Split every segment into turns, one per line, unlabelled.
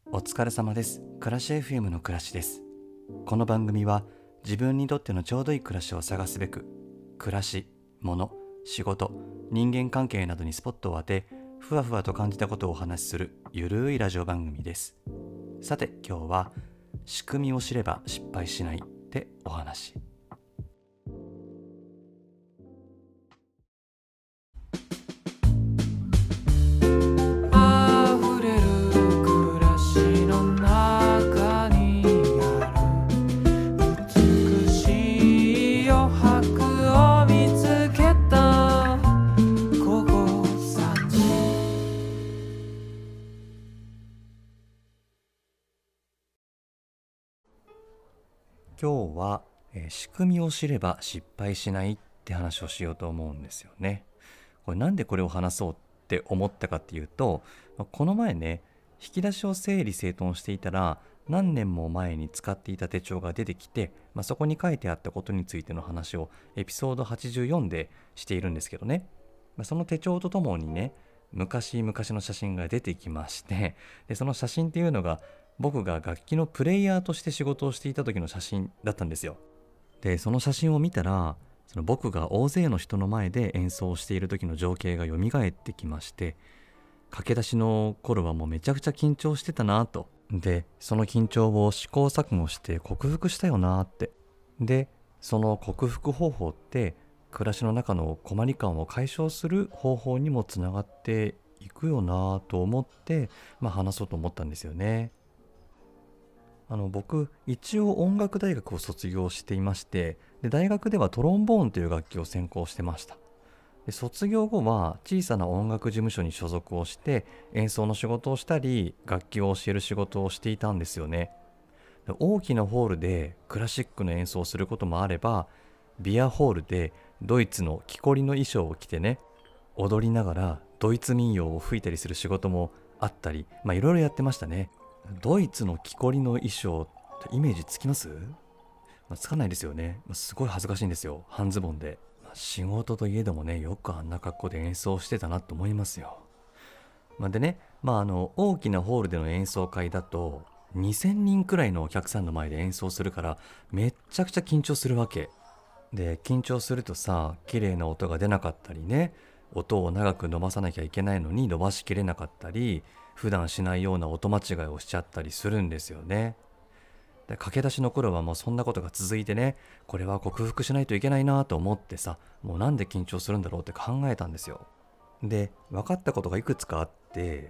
お疲れ様です。暮らし FM の暮らしです。この番組は自分にとってのちょうどいい暮らしを探すべく、暮らし、物、仕事、人間関係などにスポットを当て、ふわふわと感じたことをお話しするゆるいラジオ番組です。さて今日は仕組みを知れば失敗しないってお話。今日は、仕組みを知れば失敗しないって話をしようと思うんですよね。なんでこれを話そうって思ったかっていうと、この前ね、引き出しを整理整頓していたら何年も前に使っていた手帳が出てきて、そこに書いてあったことについての話をエピソード84でしているんですけどね、その手帳とともにね、昔々の写真が出てきまして、でその写真っていうのが僕が楽器のプレイヤーとして仕事をしていた時の写真だったんですよ。でその写真を見たら、その僕が大勢の人の前で演奏している時の情景が蘇ってきまして、駆け出しの頃はもうめちゃくちゃ緊張してたなと。でその緊張を試行錯誤して克服したよなって。でその克服方法って暮らしの中の困り感を解消する方法にもつながっていくよなと思って、話そうと思ったんですよね。僕一応音楽大学を卒業していまして、で大学ではトロンボーンという楽器を専攻してました。で卒業後は小さな音楽事務所に所属をして演奏の仕事をしたり楽器を教える仕事をしていたんですよね。で大きなホールでクラシックの演奏をすることもあれば、ビアホールでドイツの木こりの衣装を着てね、踊りながらドイツ民謡を吹いたりする仕事もあったり、いろいろやってましたね。ドイツの木こりの衣装ってイメージつきます？つかないですよね。すごい恥ずかしいんですよ、半ズボンで。仕事といえどもね、よくあんな格好で演奏してたなと思いますよ。でね、大きなホールでの演奏会だと2000人くらいのお客さんの前で演奏するからめっちゃくちゃ緊張するわけで、緊張するとさ、綺麗な音が出なかったりね、音を長く伸ばさなきゃいけないのに伸ばしきれなかったり、普段しないような音間違いをしちゃったりするんですよね。で駆け出しの頃はもうそんなことが続いてね、これは克服しないといけないなと思ってさ、もうなんで緊張するんだろうって考えたんですよ。で分かったことがいくつかあって、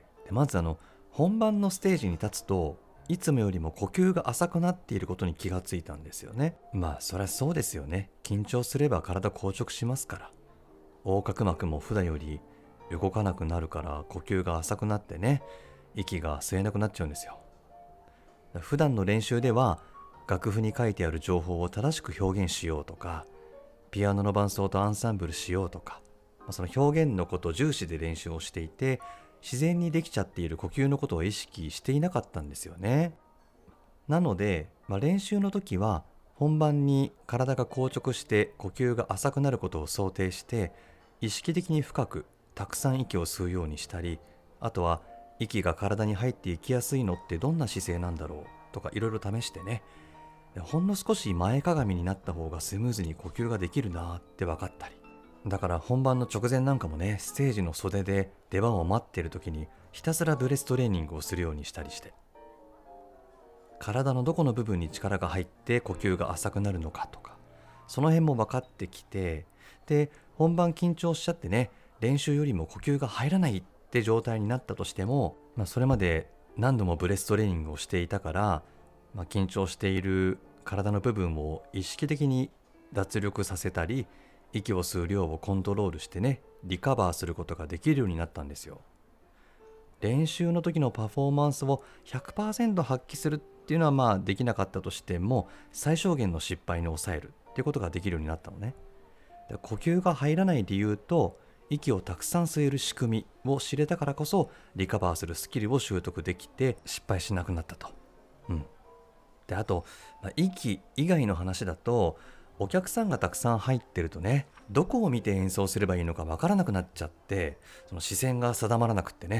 でまず本番のステージに立つといつもよりも呼吸が浅くなっていることに気がついたんですよね。そりゃそうですよね。緊張すれば体硬直しますから。横隔膜も普段より動かなくなるから呼吸が浅くなってね、息が吸えなくなっちゃうんですよ。普段の練習では楽譜に書いてある情報を正しく表現しようとか、ピアノの伴奏とアンサンブルしようとか、その表現のことを重視で練習をしていて、自然にできちゃっている呼吸のことを意識していなかったんですよね。なので、練習の時は本番に体が硬直して呼吸が浅くなることを想定して、意識的に深くたくさん息を吸うようにしたり、あとは息が体に入っていきやすいのってどんな姿勢なんだろうとかいろいろ試してね、ほんの少し前かがみになった方がスムーズに呼吸ができるなって分かったり、だから本番の直前なんかもね、ステージの袖で出番を待っている時にひたすらブレストレーニングをするようにしたりして、体のどこの部分に力が入って呼吸が浅くなるのかとか、その辺も分かってきて、で本番緊張しちゃってね、練習よりも呼吸が入らないって状態になったとしても、それまで何度もブレストレーニングをしていたから、緊張している体の部分を意識的に脱力させたり、息を吸う量をコントロールしてね、リカバーすることができるようになったんですよ。練習の時のパフォーマンスを 100% 発揮するっていうのはできなかったとしても、最小限の失敗に抑えるっていうことができるようになったのね。で呼吸が入らない理由と息をたくさん吸える仕組みを知れたからこそ、リカバーするスキルを習得できて失敗しなくなったと。であと、息以外の話だと、お客さんがたくさん入ってるとね、どこを見て演奏すればいいのかわからなくなっちゃって、その視線が定まらなくってね、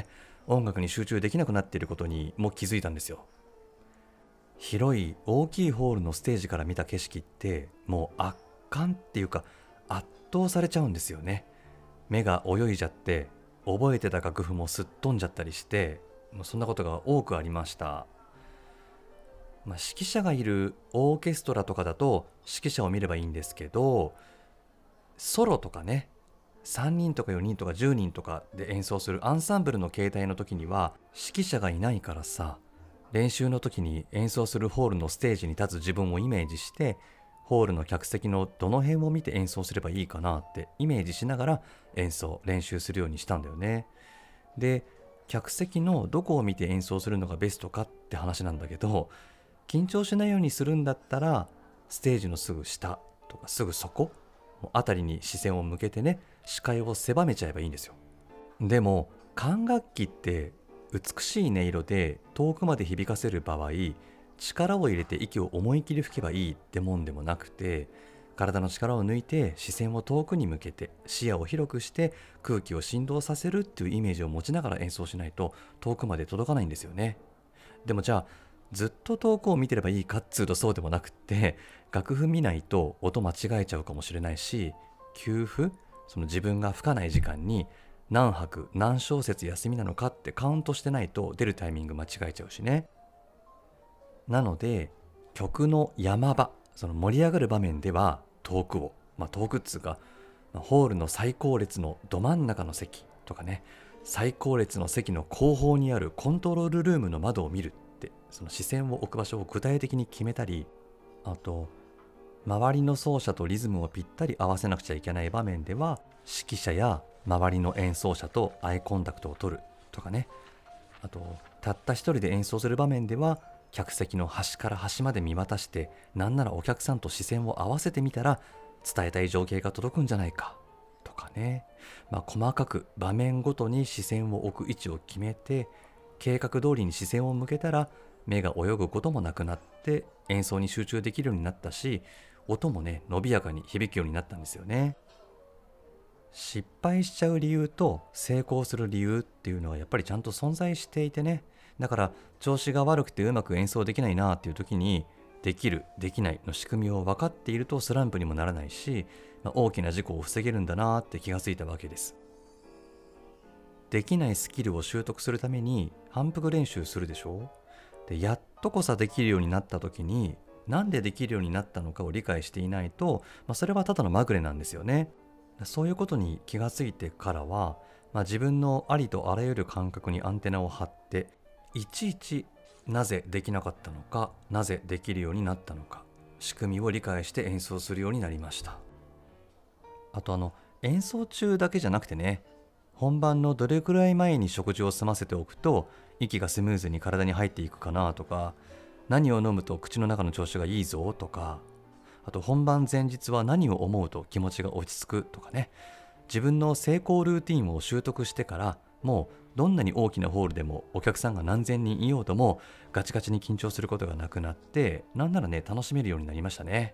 音楽に集中できなくなっていることにも気づいたんですよ。広い大きいホールのステージから見た景色ってもう圧巻っていうか圧倒されちゃうんですよね。目が泳いじゃって覚えてた楽譜もすっ飛んじゃったりして、そんなことが多くありました。指揮者がいるオーケストラとかだと指揮者を見ればいいんですけど、ソロとかね、3人とか4人とか10人とかで演奏するアンサンブルの形態の時には指揮者がいないからさ、練習の時に演奏するホールのステージに立つ自分をイメージして、ホールの客席のどの辺を見て演奏すればいいかなってイメージしながら練習するようにしたんだよね。で、客席のどこを見て演奏するのがベストかって話なんだけど、緊張しないようにするんだったらステージのすぐ下とかすぐ底あたりに視線を向けてね、視界を狭めちゃえばいいんですよ。でも管楽器って美しい音色で遠くまで響かせる場合、力を入れて息を思い切り吹けばいいってもんでもなくて、体の力を抜いて視線を遠くに向けて視野を広くして空気を振動させるっていうイメージを持ちながら演奏しないと遠くまで届かないんですよね。でもじゃあずっと遠くを見てればいいかっつうとそうでもなくって、楽譜見ないと音間違えちゃうかもしれないし、休符、その自分が吹かない時間に何拍何小節休みなのかってカウントしてないと出るタイミング間違えちゃうしね。なので曲の山場、その盛り上がる場面では遠くを、遠くっつうか、ホールの最高列のど真ん中の席とかね、最高列の席の後方にあるコントロールルームの窓を見るって、その視線を置く場所を具体的に決めたり、あと周りの奏者とリズムをぴったり合わせなくちゃいけない場面では指揮者や周りの演奏者とアイコンタクトを取るとかね、あとたった一人で演奏する場面では客席の端から端まで見渡して、なんならお客さんと視線を合わせてみたら伝えたい情景が届くんじゃないかとかね、細かく場面ごとに視線を置く位置を決めて、計画通りに視線を向けたら目が泳ぐこともなくなって演奏に集中できるようになったし、音もね伸びやかに響くようになったんですよね。失敗しちゃう理由と成功する理由っていうのはやっぱりちゃんと存在していてね。だから調子が悪くてうまく演奏できないなっていう時に、できるできないの仕組みを分かっているとスランプにもならないし、大きな事故を防げるんだなって気がついたわけです。できないスキルを習得するために反復練習するでしょ。でやっとこさできるようになった時に、なんでできるようになったのかを理解していないと、それはただのまぐれなんですよね。そういうことに気がついてからは、自分のありとあらゆる感覚にアンテナを張って、いちいちなぜできなかったのか、なぜできるようになったのか、仕組みを理解して演奏するようになりました。あと演奏中だけじゃなくてね、本番のどれくらい前に食事を済ませておくと息がスムーズに体に入っていくかなとか、何を飲むと口の中の調子がいいぞとか、あと本番前日は何を思うと気持ちが落ち着くとかね、自分の成功ルーティンを習得してから、もうどんなに大きなホールでもお客さんが何千人いようともガチガチに緊張することがなくなって、なんならね楽しめるようになりましたね。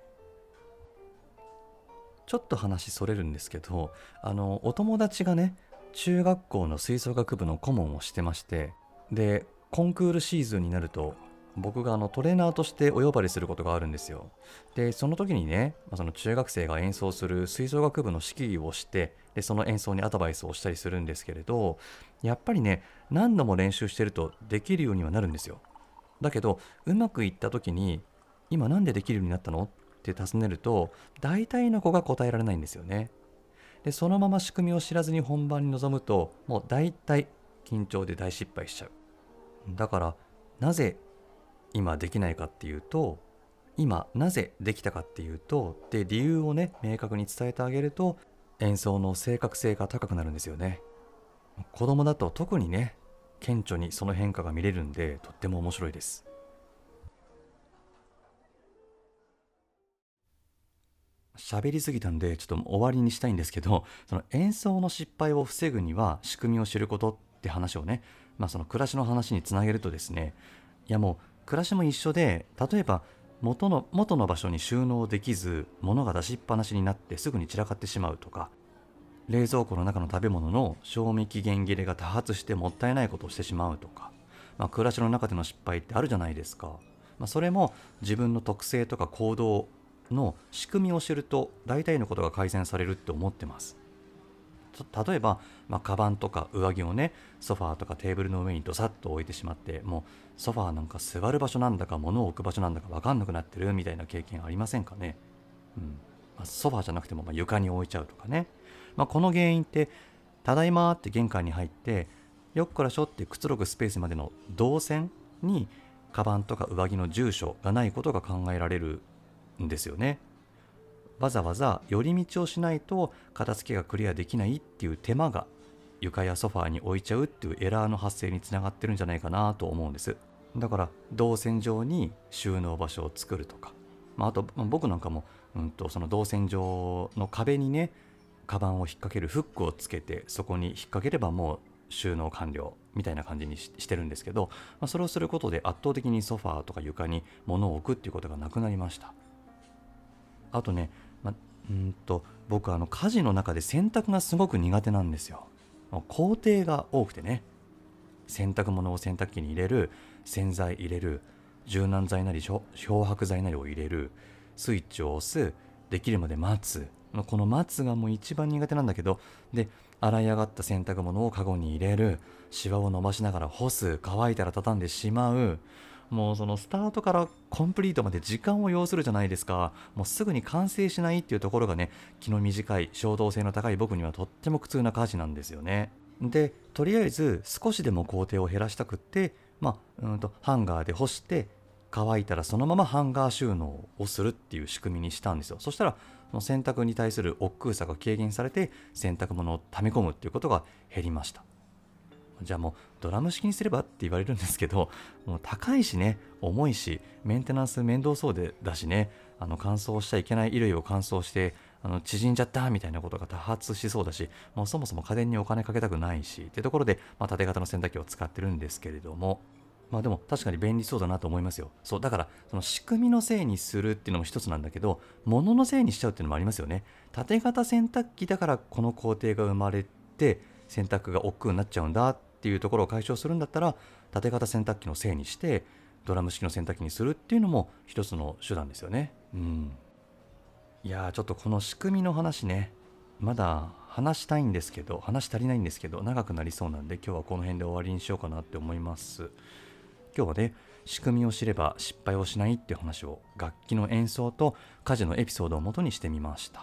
ちょっと話それるんですけど、お友達がね中学校の吹奏楽部の顧問をしてまして、でコンクールシーズンになると僕がトレーナーとしてお呼ばれすることがあるんですよ。でその時にね、その中学生が演奏する吹奏楽部の指揮をして、でその演奏にアドバイスをしたりするんですけれど、やっぱりね何度も練習してるとできるようにはなるんですよ。だけどうまくいった時に、今なんでできるようになったのって尋ねると、大体の子が答えられないんですよね。でそのまま仕組みを知らずに本番に臨むと、もう大体緊張で大失敗しちゃう。だからなぜ今できないかっていうと、今なぜできたかっていうと、で理由をね明確に伝えてあげると、演奏の正確性が高くなるんですよね。子供だと特にね顕著にその変化が見れるんで、とっても面白いです。喋りすぎたんでちょっと終わりにしたいんですけど、その演奏の失敗を防ぐには仕組みを知ることって話をね、その暮らしの話につなげるとですね、いやもう暮らしも一緒で、例えば元の場所に収納できず物が出しっぱなしになってすぐに散らかってしまうとか、 冷蔵庫の中の食べ物の賞味期限切れが多発してもったいないことをしてしまうとか、暮らしの中での失敗ってあるじゃないですか。それも自分の特性とか行動の仕組みを知ると大体のことが改善されるって思ってます。例えば、カバンとか上着をね、ソファーとかテーブルの上にドサッと置いてしまって、もうソファーなんか座る場所なんだか物を置く場所なんだか分かんなくなってるみたいな経験ありませんかね。ソファーじゃなくても床に置いちゃうとかね。この原因ってただいまって玄関に入ってよっこらしょってくつろぐスペースまでの動線にカバンとか上着の住所がないことが考えられるんですよね。わざわざ寄り道をしないと片付けがクリアできないっていう手間が床やソファーに置いちゃうっていうエラーの発生につながってるんじゃないかなと思うんです。だから動線上に収納場所を作るとか、あと、僕なんかも、その動線上の壁にねカバンを引っ掛けるフックをつけて、そこに引っ掛ければもう収納完了みたいな感じにしてるんですけど、それをすることで圧倒的にソファーとか床に物を置くっていうことがなくなりました。あとね、僕家事の中で洗濯がすごく苦手なんですよ。工程が多くてね、洗濯物を洗濯機に入れる、洗剤入れる、柔軟剤なり漂白剤なりを入れる、スイッチを押す、できるまで待つ、この待つがもう一番苦手なんだけど、で洗い上がった洗濯物をカゴに入れる、シワを伸ばしながら干す、乾いたら畳んでしまう、もうそのスタートからコンプリートまで時間を要するじゃないですか。もうすぐに完成しないっていうところがね、気の短い衝動性の高い僕にはとっても苦痛な家事なんですよね。でとりあえず少しでも工程を減らしたくって、ハンガーで干して乾いたらそのままハンガー収納をするっていう仕組みにしたんですよ。そしたら洗濯に対する億劫さが軽減されて、洗濯物を溜め込むっていうことが減りました。じゃあもうドラム式にすればって言われるんですけど、もう高いしね、重いし、メンテナンス面倒そうでだしね、乾燥しちゃいけない衣類を乾燥して縮んじゃったみたいなことが多発しそうだし、もうそもそも家電にお金かけたくないしってところで、縦型の洗濯機を使ってるんですけれども、でも確かに便利そうだなと思いますよ。そうだから、その仕組みのせいにするっていうのも一つなんだけど、物のせいにしちゃうっていうのもありますよね。縦型洗濯機だからこの工程が生まれて洗濯が億劫になっちゃうんだっていうところを解消するんだったら、縦型洗濯機のせいにしてドラム式の洗濯機にするっていうのも一つの手段ですよね。いやー、ちょっとこの仕組みの話ね、まだ話したいんですけど、話足りないんですけど長くなりそうなんで、今日はこの辺で終わりにしようかなって思います。今日はね、仕組みを知れば失敗をしないっていう話を楽器の演奏と家事のエピソードをもとにしてみました。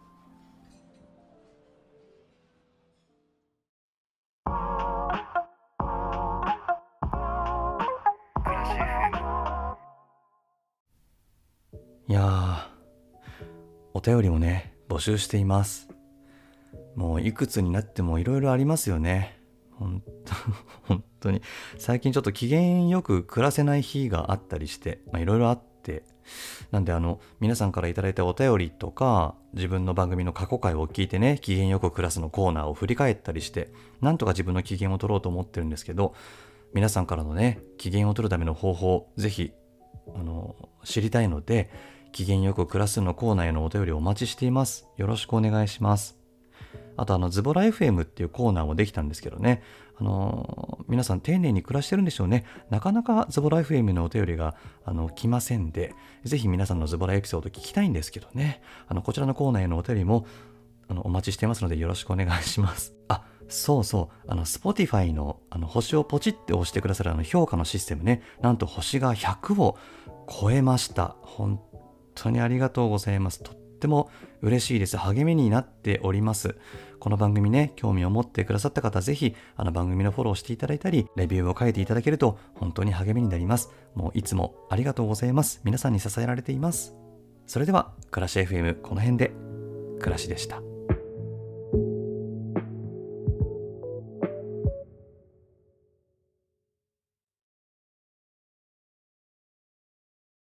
いやー、お便りもね募集しています。もういくつになってもいろいろありますよね。本当に最近ちょっと機嫌よく暮らせない日があったりして、いろいろあって、なんで皆さんからいただいたお便りとか、自分の番組の過去回を聞いてね、機嫌よく暮らすのコーナーを振り返ったりして、なんとか自分の機嫌を取ろうと思ってるんですけど、皆さんからのね機嫌を取るための方法、ぜひ知りたいので、機嫌よく暮らすのコーナーへのお便りをお待ちしています。よろしくお願いします。あとズボラ FM っていうコーナーもできたんですけどね、皆さん丁寧に暮らしてるんでしょうね。なかなかズボラ FM のお便りが来ませんで、ぜひ皆さんのズボラエピソード聞きたいんですけどね、こちらのコーナーへのお便りもお待ちしていますので、よろしくお願いします。そうそう、Spotify の星をポチって押してくださる評価のシステムね、なんと星が100を超えました。本当にありがとうございます。とっても嬉しいです。励みになっております。この番組ね、興味を持ってくださった方、ぜひ番組のフォローしていただいたり、レビューを書いていただけると本当に励みになります。もういつもありがとうございます。皆さんに支えられています。それでは暮らし FM、この辺で。暮らしでした。